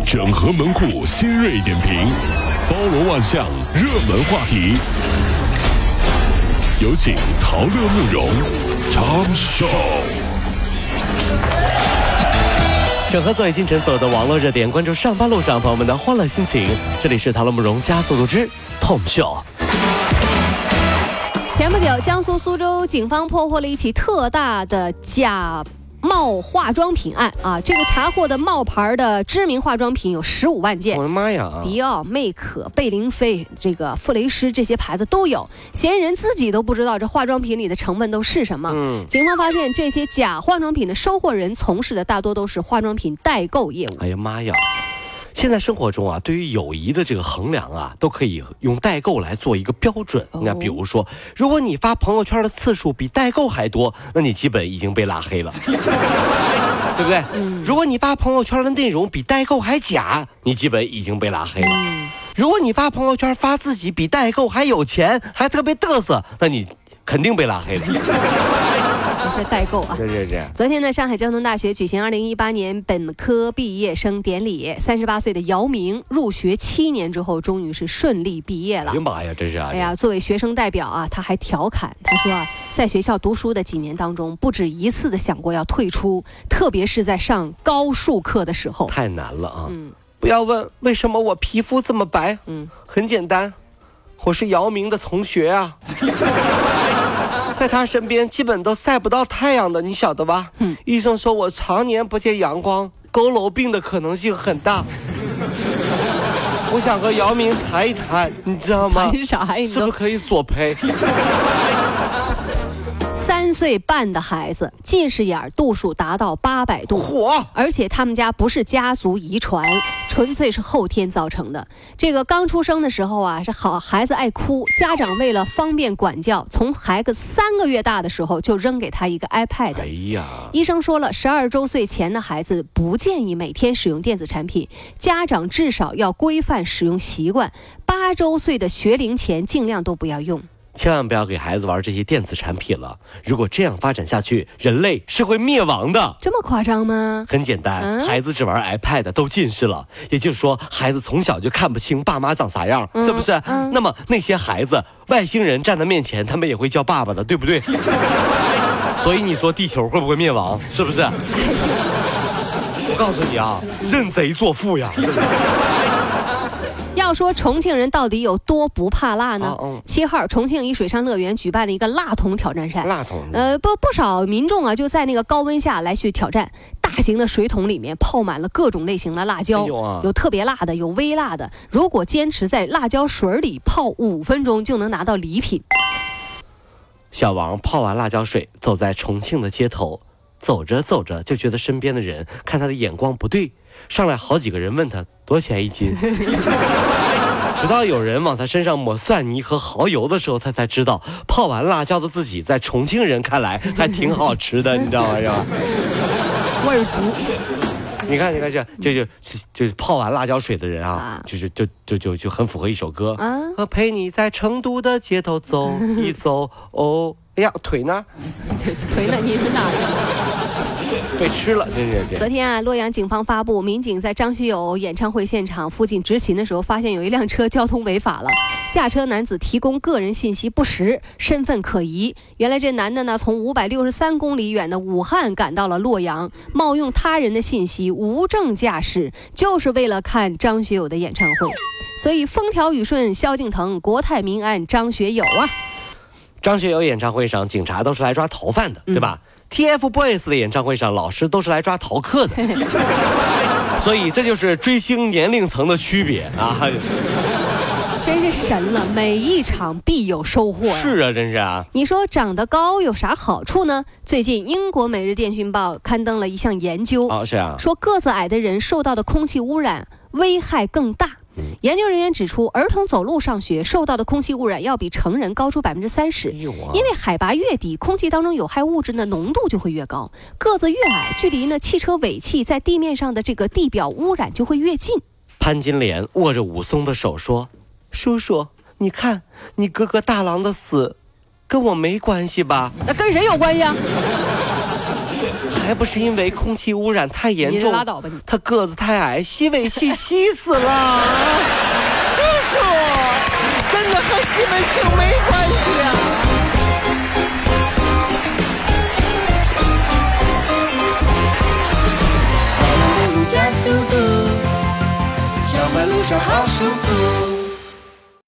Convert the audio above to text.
整合门户新锐点评，包罗万象，热门话题。有请陶乐慕容 Tom Show。 整合最新诊所的网络热点，关注上班路上朋友们的欢乐心情。这里是陶乐慕容加速度之 Tom Show。 前不久，江苏苏州警方破获了一起特大的假冒化妆品案啊！这个查获的冒牌的知名化妆品有15万件， 我的妈呀！ 迪奥、魅可、贝玲妃、这个馥蕾诗这些牌子都有，嫌疑人自己都不知道这化妆品里的成分都是什么。警方发现这些假化妆品的收货人从事的大多都是化妆品代购业务。 哎呀妈呀！现在生活中啊，对于友谊的这个衡量啊，都可以用代购来做一个标准。那比如说，如果你发朋友圈的次数比代购还多，那你基本已经被拉黑了，对不对？如果你发朋友圈的内容比代购还假，你基本已经被拉黑了。如果你发朋友圈发自己比代购还有钱，还特别嘚瑟，那你肯定被拉黑了。 这是代购啊！昨天呢，上海交通大学举行2018年本科毕业生典礼，38岁的姚明入学7年之后，终于是顺利毕业了。 哎呀妈呀，这是啊！ 哎呀，作为学生代表啊，他还调侃，他说啊，在学校读书的几年当中，不止一次的想过要退出，特别是在上高数课的时候， 太难了啊！不要问为什么我皮肤这么白，很简单，我是姚明的同学啊。在他身边基本都晒不到太阳的，你晓得吧？医生说我常年不见阳光，佝偻病的可能性很大。我想和姚明谈一谈，你知道吗？ 谈啥呀？ 是不是可以索赔 ？3岁半的孩子近视眼度数达到800度，而且他们家不是家族遗传，纯粹是后天造成的。这个刚出生的时候啊，孩子爱哭，家长为了方便管教，从孩子3个月大的时候就扔给他一个 iPad。哎呀，医生说了，12周岁前的孩子不建议每天使用电子产品，家长至少要规范使用习惯。8周岁的学龄前尽量都不要用。 千万不要给孩子玩这些电子产品了，如果这样发展下去，人类是会灭亡的。 这么夸张吗？ 很简单，孩子只玩 iPad 都近视了，也就是说孩子从小就看不清爸妈长啥样，是不是？那么那些孩子，外星人站在面前，他们也会叫爸爸的，对不对？所以你说地球会不会灭亡？是不是？我告诉你啊，认贼作父呀！ 要说重庆人到底有多不怕辣呢？7号，重庆一水上乐园举办了一个辣桶挑战赛。辣桶，不少民众啊就在那个高温下来去挑战。大型的水桶里面泡满了各种类型的辣椒，有特别辣的，有微辣的。如果坚持在辣椒水里泡5分钟，就能拿到礼品。 小王泡完辣椒水，走在重庆的街头，走着走着就觉得身边的人看他的眼光不对。上来好几个人问他多少钱1斤，直到有人往他身上抹蒜泥和蚝油的时候，他才知道泡完辣椒的自己在重庆人看来还挺好吃的，你知道吗？是吧？ 味儿足。 你看就是泡完辣椒水的人啊，就很符合一首歌啊，陪你在成都的街头走一走。哦，哎呀，腿呢？ 腿呢？你是哪？ 被吃了，真是。 昨天啊，洛阳警方发布，民警在张学友演唱会现场附近执勤的时候，发现有一辆车交通违法了。驾车男子提供个人信息不实，身份可疑。原来这男的呢，从563公里远的武汉赶到了洛阳，冒用他人的信息，无证驾驶，就是为了看张学友的演唱会。所以风调雨顺，萧敬腾，国泰民安，张学友啊。 张学友演唱会上，警察都是来抓逃犯的，对吧？TFBOYS 的演唱会上，老师都是来抓逃课的，所以这就是追星年龄层的区别啊！ 真是神了，每一场必有收获。 是啊，真是啊！ 你说长得高有啥好处呢？最近英国《每日电讯报》刊登了一项研究，说个子矮的人受到的空气污染危害更大。研究人员指出，儿童走路上学受到的空气污染要比成人高出30%，因为海拔越低，空气当中有害物质的浓度就会越高，个子越矮，距离呢汽车尾气在地面上的这个地表污染就会越近。 潘金莲握着武松的手说：“叔叔，你看你哥哥大郎的死，跟我没关系吧？” 那跟谁有关系啊？ 还不是因为空气污染太严重， 你拉倒吧你。 他个子太矮，吸尾气吸死了。叔叔，真的和西门庆没关系啊。 加速度，上班路上好舒服。